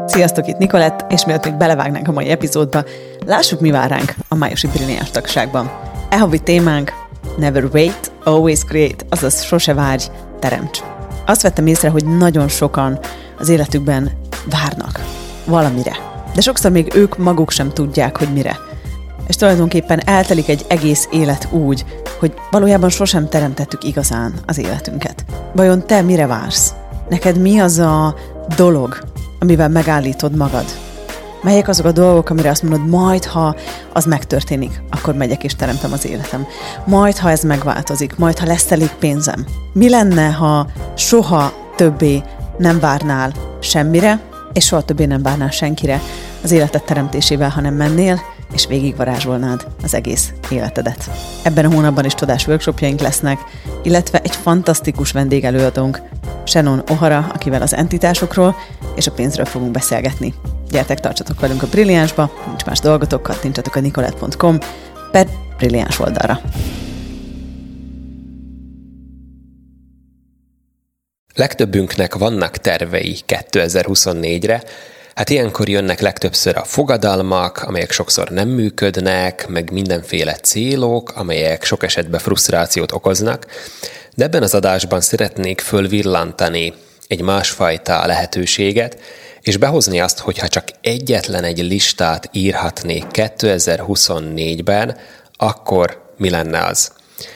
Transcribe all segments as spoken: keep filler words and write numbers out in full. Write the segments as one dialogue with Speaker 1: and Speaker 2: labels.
Speaker 1: Sziasztok, itt Nikolett, és mielőtt még belevágnánk a mai epizódba, lássuk, mi vár ránk a májusi Brilliáns tagságban. E havi témánk Never wait, always create, azaz sose várj, teremts. Azt vettem észre, hogy nagyon sokan az életükben várnak valamire, de sokszor még ők maguk sem tudják, hogy mire. És tulajdonképpen eltelik egy egész élet úgy, hogy valójában sosem teremtettük igazán az életünket. Vajon te mire vársz? Neked mi az a dolog, amivel megállítod magad? Melyek azok a dolgok, amire azt mondod, majd ha az megtörténik, akkor megyek és teremtem az életem. Majd ha ez megváltozik, majd ha lesz elég pénzem. Mi lenne, ha soha többé nem várnál semmire, és soha többé nem várnál senkire az életed teremtésével, hanem mennél, és végigvarázsolnád az egész életedet. Ebben a hónapban is csodás workshopjaink lesznek, illetve egy fantasztikus vendégelőadónk, Shannon O'Hara, akivel az entitásokról és a pénzről fogunk beszélgetni. Gyertek, tartsatok velünk a Brilliánsba, nincs más dolgotok, kattintsatok a nikolett pont com per Brilliáns oldalra.
Speaker 2: Legtöbbünknek vannak tervei kétezer-huszonnégyre, hát ilyenkor jönnek legtöbbször a fogadalmak, amelyek sokszor nem működnek, meg mindenféle célok, amelyek sok esetben frusztrációt okoznak, de ebben az adásban szeretnék fölvillantani egy másfajta lehetőséget, és behozni azt, hogyha csak egyetlen egy listát írhatnék kétezer-huszonnégyben, akkor mi lenne az?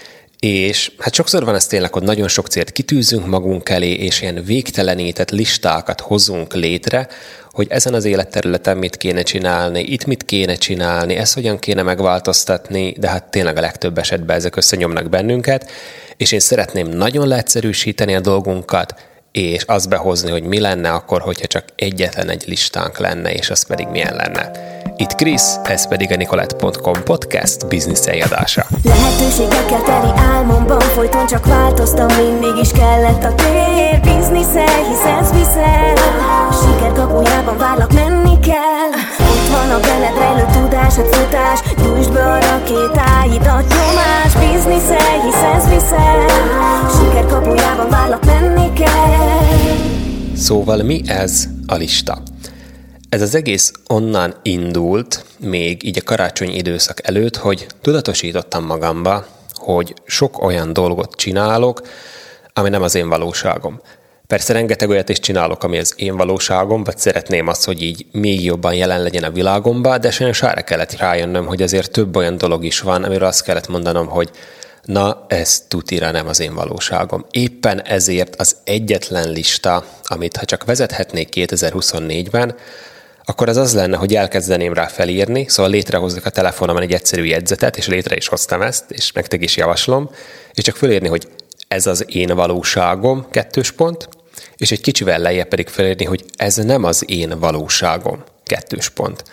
Speaker 2: És hát sokszor van ez tényleg, hogy nagyon sok célt kitűzünk magunk elé, és ilyen végtelenített listákat hozunk létre, hogy ezen az életterületen mit kéne csinálni, itt mit kéne csinálni, ezt hogyan kéne megváltoztatni, de hát tényleg a legtöbb esetben ezek összenyomnak bennünket, és én szeretném nagyon leegyszerűsíteni a dolgunkat, és azt behozni, hogy mi lenne akkor, hogyha csak egyetlen egy listánk lenne, és az pedig milyen lenne. Itt Krisz, ez pedig a nikolett pont com podcast business eljadása.
Speaker 3: Lehetőségekkel teli álmomban folyton csak változtam, mindig is kellett a tér. Bizniszel, hisz ez viszel, a siker kapujában várlak, menni kell. Ott van a benned rejlő tudás, a futás, gyújtsd be a rakétáidat, nyomás. Bizniszel, hisz ez viszel, a siker kapujában várlak, menni kell.
Speaker 2: Szóval mi ez a lista? Ez az egész onnan indult, még így a karácsonyi időszak előtt, hogy tudatosítottam magamba, hogy sok olyan dolgot csinálok, ami nem az én valóságom. Persze rengeteg olyat is csinálok, ami az én valóságom, vagy szeretném azt, hogy így még jobban jelen legyen a világomban, de sajnos arra kellett rájönnöm, hogy azért több olyan dolog is van, amiről azt kellett mondanom, hogy na, ez tutira nem az én valóságom. Éppen ezért az egyetlen lista, amit ha csak vezethetnék kétezer-huszonnégyben, akkor az az lenne, hogy elkezdeném rá felírni, szóval létrehozok a telefonomon egy egyszerű jegyzetet, és létre is hoztam ezt, és nektek is javaslom, és csak fölírni, hogy ez az én valóságom, kettős pont, és egy kicsivel lejjebb pedig felírni, hogy ez nem az én valóságom, kettős pont.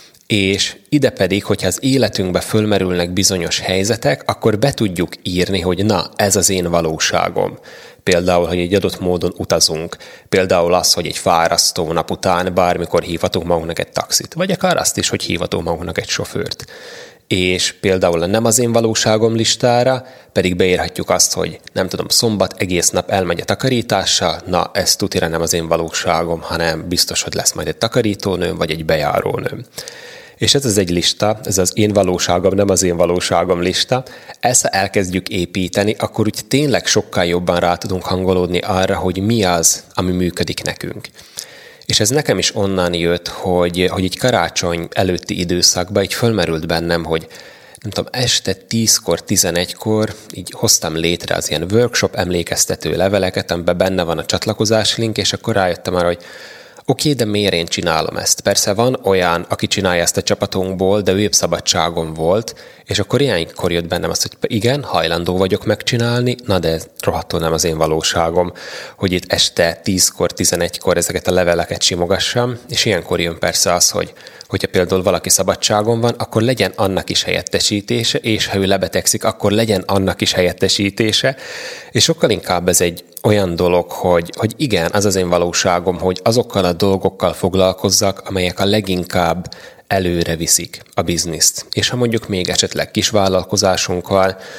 Speaker 2: És ide pedig, hogyha az életünkbe fölmerülnek bizonyos helyzetek, akkor be tudjuk írni, hogy na, ez az én valóságom. Például, hogy egy adott módon utazunk. Például az, hogy egy fárasztó nap után bármikor hívhatunk magunknak egy taxit. Vagy akár azt is, hogy hívhatunk magunknak egy sofőrt. És például a nem az én valóságom listára pedig beírhatjuk azt, hogy nem tudom, szombat egész nap elmegy a takarítással, na ez tutira nem az én valóságom, hanem biztos, hogy lesz majd egy takarítónőm, vagy egy bejárónőm. És ez az egy lista, ez az én valóságom, nem az én valóságom lista. Ezt ha elkezdjük építeni, akkor úgy tényleg sokkal jobban rá tudunk hangolódni arra, hogy mi az, ami működik nekünk. És ez nekem is onnan jött, hogy, hogy egy karácsony előtti időszakban így fölmerült bennem, hogy nem tudom, este tízkor, tizenegykor így hoztam létre az ilyen workshop emlékeztető leveleket, amiben benne van a csatlakozás link, és akkor rájöttem arra, hogy oké, okay, de miért én csinálom ezt? Persze van olyan, aki csinálja ezt a csapatunkból, de ő épp szabadságon volt, és akkor ilyenkor jött bennem azt, hogy igen, hajlandó vagyok megcsinálni, na de rohadtul nem az én valóságom, hogy itt este tízkor, tizenegykor ezeket a leveleket simogassam, és ilyenkor jön persze az, hogy hogyha például valaki szabadságon van, akkor legyen annak is helyettesítése, és ha ő lebetegszik, akkor legyen annak is helyettesítése, és sokkal inkább ez egy olyan dolog, hogy, hogy igen, az az én valóságom, hogy azokkal a dolgokkal foglalkozzak, amelyek a leginkább előre viszik a bizniszt. És ha mondjuk még esetleg kisvállalkozásunkkal,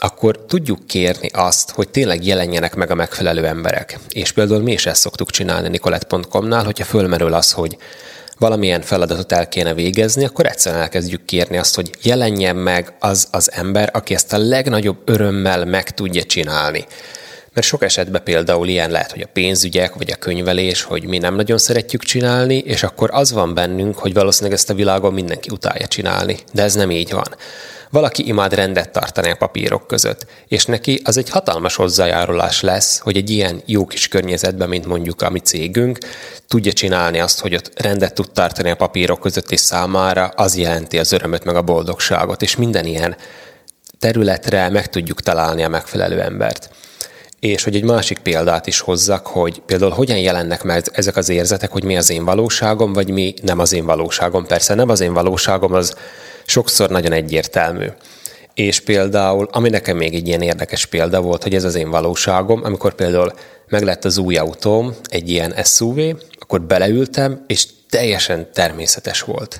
Speaker 2: akkor tudjuk kérni azt, hogy tényleg jelenjenek meg a megfelelő emberek. És például mi is ezt szoktuk csinálni Nicolette pont com-nál, hogyha fölmerül az, hogy valamilyen feladatot el kéne végezni, akkor egyszerűen elkezdjük kérni azt, hogy jelenjen meg az az ember, aki ezt a legnagyobb örömmel meg tudja csinálni. Mert sok esetben például ilyen lehet, hogy a pénzügyek, vagy a könyvelés, hogy mi nem nagyon szeretjük csinálni, és akkor az van bennünk, hogy valószínűleg ezt a világon mindenki utálja csinálni. De ez nem így van. Valaki imád rendet tartani a papírok között, és neki az egy hatalmas hozzájárulás lesz, hogy egy ilyen jó kis környezetben, mint mondjuk a mi cégünk, tudja csinálni azt, hogy ott rendet tud tartani a papírok között, és számára az jelenti az örömöt meg a boldogságot, és minden ilyen területre meg tudjuk találni a megfelelő embert. És hogy egy másik példát is hozzak, hogy például hogyan jelennek meg ezek az érzetek, hogy mi az én valóságom, vagy mi nem az én valóságom. Persze nem az én valóságom, az sokszor nagyon egyértelmű. És például, ami nekem még egy ilyen érdekes példa volt, hogy ez az én valóságom, amikor például meglett az új autóm, egy ilyen es u vé, akkor beleültem, és teljesen természetes volt.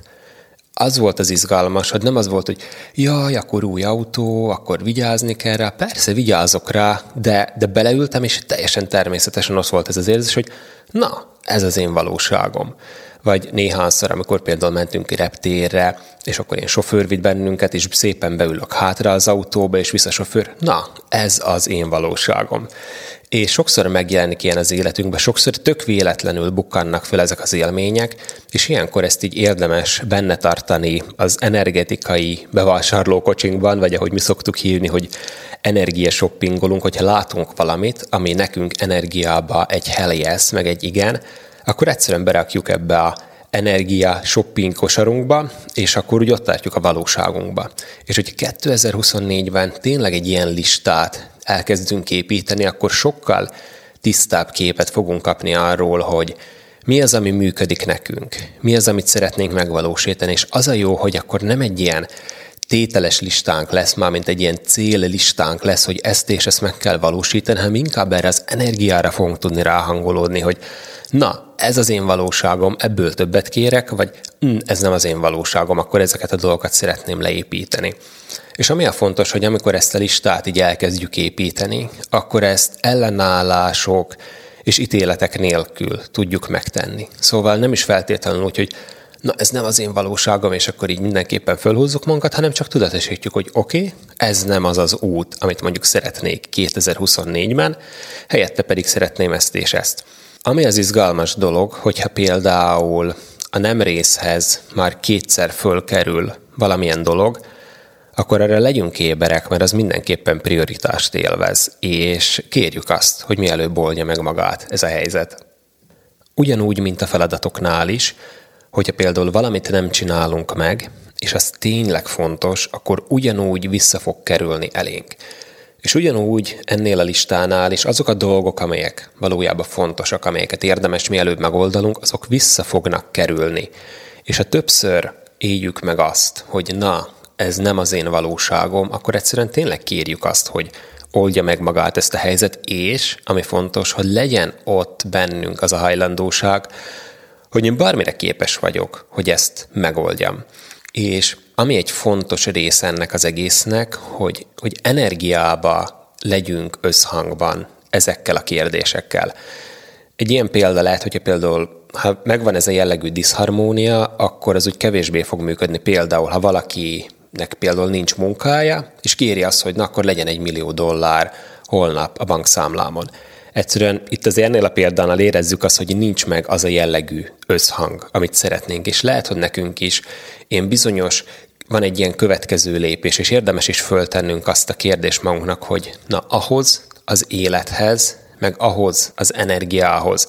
Speaker 2: Az volt az izgalmas, hogy nem az volt, hogy jaj, akkor új autó, akkor vigyázni kell rá. Persze vigyázok rá, de, de beleültem, és teljesen természetesen ott volt ez az érzés, hogy na, ez az én valóságom. Vagy néhányszor, amikor például mentünk ki reptérre, és akkor én sofőr vitt bennünket, és szépen beülök hátra az autóba, és vissza sofőr, na, ez az én valóságom. És sokszor megjelenik ilyen az életünkben, sokszor tök véletlenül bukkannak fel ezek az élmények, és ilyenkor ezt így érdemes benne tartani az energetikai bevásárlókocsinkban, vagy ahogy mi szoktuk hívni, hogy energiashoppingolunk, hogyha látunk valamit, ami nekünk energiába egy hell yes, meg egy igen, akkor egyszerűen berakjuk ebbe a energia shopping kosarunkba, és akkor úgy ott tartjuk a valóságunkba. És hogy kétezer-huszonnégyben tényleg egy ilyen listát elkezdünk építeni, akkor sokkal tisztább képet fogunk kapni arról, hogy mi az, ami működik nekünk, mi az, amit szeretnénk megvalósítani, és az a jó, hogy akkor nem egy ilyen tételes listánk lesz, már mint egy ilyen céllistánk lesz, hogy ezt és ezt meg kell valósítani, hanem inkább erre az energiára fogunk tudni ráhangolódni, hogy na, ez az én valóságom, ebből többet kérek, vagy hm, ez nem az én valóságom, akkor ezeket a dolgokat szeretném leépíteni. És ami a fontos, hogy amikor ezt a listát így elkezdjük építeni, akkor ezt ellenállások és ítéletek nélkül tudjuk megtenni. Szóval nem is feltétlenül úgy, hogy na ez nem az én valóságom, és akkor így mindenképpen fölhúzzuk magunkat, hanem csak tudatosítjuk, hogy oké, okay, ez nem az az út, amit mondjuk szeretnék kétezer-huszonnégyben, helyette pedig szeretném ezt és ezt. Ami az izgalmas dolog, hogyha például a nem részhez már kétszer fölkerül valamilyen dolog, akkor erre legyünk éberek, mert az mindenképpen prioritást élvez, és kérjük azt, hogy mielőbb oldja meg magát ez a helyzet. Ugyanúgy, mint a feladatoknál is, hogyha például valamit nem csinálunk meg, és az tényleg fontos, akkor ugyanúgy vissza fog kerülni elénk. És ugyanúgy ennél a listánál is azok a dolgok, amelyek valójában fontosak, amelyeket érdemes mielőbb megoldanunk, azok vissza fognak kerülni. És ha többször éljük meg azt, hogy na, ez nem az én valóságom, akkor egyszerűen tényleg kérjük azt, hogy oldja meg magát ezt a helyzet, és ami fontos, hogy legyen ott bennünk az a hajlandóság, hogy én bármire képes vagyok, hogy ezt megoldjam. És ami egy fontos része ennek az egésznek, hogy, hogy energiába legyünk összhangban ezekkel a kérdésekkel. Egy ilyen példa lehet, hogyha például, ha megvan ez a jellegű diszharmónia, akkor az úgy kevésbé fog működni. Például, ha valakinek például nincs munkája, és kéri azt, hogy na, akkor legyen egy millió dollár holnap a bankszámlámon. Egyszerűen itt az ennél a példánál érezzük azt, hogy nincs meg az a jellegű összhang, amit szeretnénk. És lehet, hogy nekünk is én bizonyos, van egy ilyen következő lépés, és érdemes is föltennünk azt a kérdést magunknak, hogy na ahhoz az élethez, meg ahhoz az energiához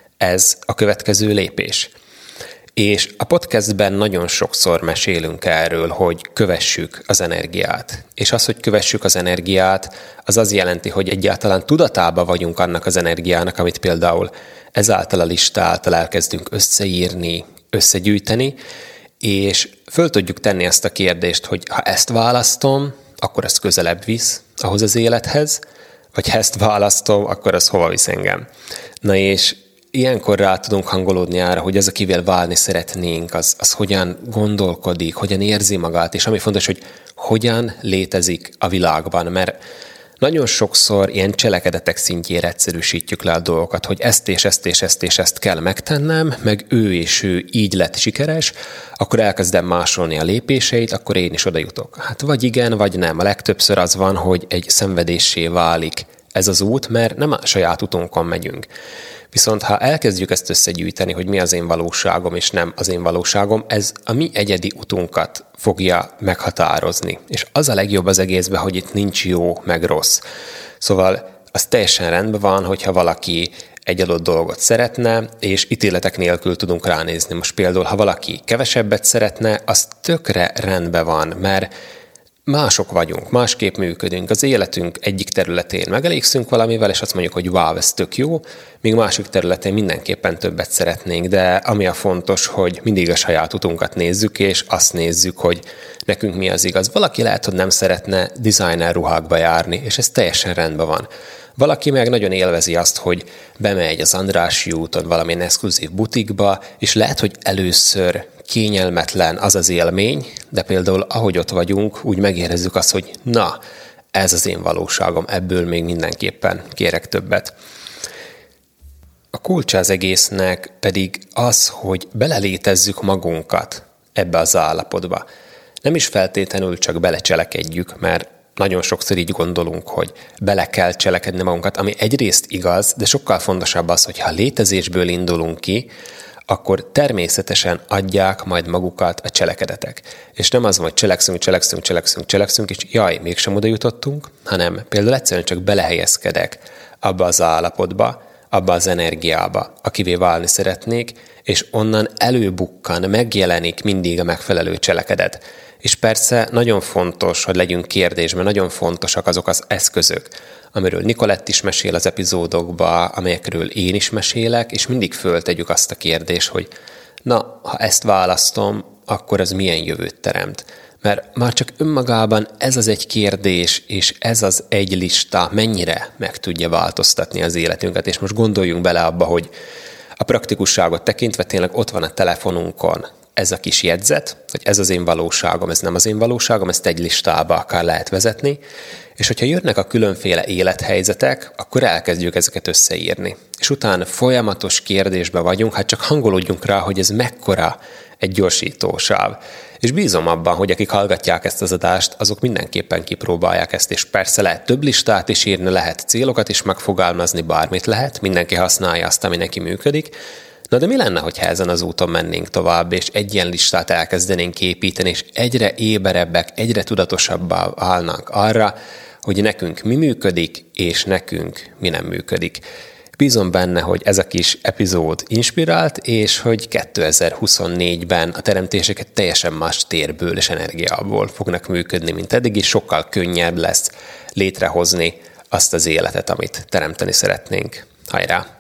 Speaker 2: ez a következő lépés. És a podcastben nagyon sokszor mesélünk erről, hogy kövessük az energiát. És az, hogy kövessük az energiát, az az jelenti, hogy egyáltalán tudatában vagyunk annak az energiának, amit például ezáltal a lista által elkezdünk összeírni, összegyűjteni, és föl tudjuk tenni ezt a kérdést, hogy ha ezt választom, akkor ez közelebb visz ahhoz az élethez, vagy ha ezt választom, akkor az hova visz engem. Na és ilyenkor rá tudunk hangolódni arra, hogy az, akivel válni szeretnénk, az, az hogyan gondolkodik, hogyan érzi magát, és ami fontos, hogy hogyan létezik a világban, mert nagyon sokszor ilyen cselekedetek szintjére egyszerűsítjük le a dolgokat, hogy ezt és ezt és ezt és ezt kell megtennem, meg ő és ő így lett sikeres, akkor elkezdem másolni a lépéseit, akkor én is oda jutok. Hát vagy igen, vagy nem. A legtöbbször az van, hogy egy szenvedéssé válik ez az út, mert nem a saját utunkon megyünk. Viszont ha elkezdjük ezt összegyűjteni, hogy mi az én valóságom és nem az én valóságom, ez a mi egyedi utunkat fogja meghatározni. És az a legjobb az egészben, hogy itt nincs jó meg rossz. Szóval az teljesen rendben van, hogyha valaki egy adott dolgot szeretne, és ítéletek nélkül tudunk ránézni. Most például, ha valaki kevesebbet szeretne, az tökre rendben van, mert mások vagyunk, másképp működünk. Az életünk egyik területén megelégszünk valamivel, és azt mondjuk, hogy wow, ez tök jó, míg másik területén mindenképpen többet szeretnénk, de ami a fontos, hogy mindig a saját utunkat nézzük, és azt nézzük, hogy nekünk mi az igaz. Valaki lehet, hogy nem szeretne designer ruhákba járni, és ez teljesen rendben van. Valaki meg nagyon élvezi azt, hogy bemegy az Andrássy úton valamilyen exkluzív butikba, és lehet, hogy először kényelmetlen az az élmény, de például ahogy ott vagyunk, úgy megérezzük azt, hogy na, ez az én valóságom, ebből még mindenképpen kérek többet. A kulcsa az egésznek pedig az, hogy belelétezzük magunkat ebbe az állapotba. Nem is feltétlenül csak belecselekedjük, mert nagyon sokszor így gondolunk, hogy bele kell cselekedni magunkat, ami egyrészt igaz, de sokkal fontosabb az, hogy ha létezésből indulunk ki, akkor természetesen adják majd magukat a cselekedetek. És nem az van, hogy cselekszünk, cselekszünk, cselekszünk, cselekszünk, és jaj, mégsem oda jutottunk, hanem például egyszerűen csak belehelyezkedek abba az állapotba, abba az energiába, akivé válni szeretnék, és onnan előbukkan, megjelenik mindig a megfelelő cselekedet. És persze nagyon fontos, hogy legyünk kérdésben, nagyon fontosak azok az eszközök, amiről Nikolett is mesél az epizódokba, amelyekről én is mesélek, és mindig föltegyük azt a kérdést, hogy na, ha ezt választom, akkor az milyen jövőt teremt. Mert már csak önmagában ez az egy kérdés, és ez az egy lista mennyire meg tudja változtatni az életünket. És most gondoljunk bele abba, hogy a praktikusságot tekintve tényleg ott van a telefonunkon ez a kis jegyzet, hogy ez az én valóságom, ez nem az én valóságom, ezt egy listába akár lehet vezetni, és hogyha jönnek a különféle élethelyzetek, akkor elkezdjük ezeket összeírni. És utána folyamatos kérdésbe vagyunk, hát csak hangolódjunk rá, hogy ez mekkora egy gyorsítósáv. És bízom abban, hogy akik hallgatják ezt az adást, azok mindenképpen kipróbálják ezt, és persze lehet több listát is írni, lehet célokat is megfogalmazni, bármit lehet, mindenki használja azt, ami neki működik. Na de mi lenne, hogyha ezen az úton mennénk tovább, és egy ilyen listát elkezdenénk építeni, és egyre éberebbek, egyre tudatosabbá válnánk arra, hogy nekünk mi működik, és nekünk mi nem működik. Bízom benne, hogy ez a kis epizód inspirált, és hogy kétezer-huszonnégyben a teremtéseket teljesen más térből és energiából fognak működni, mint eddig, és sokkal könnyebb lesz létrehozni azt az életet, amit teremteni szeretnénk. Hajrá!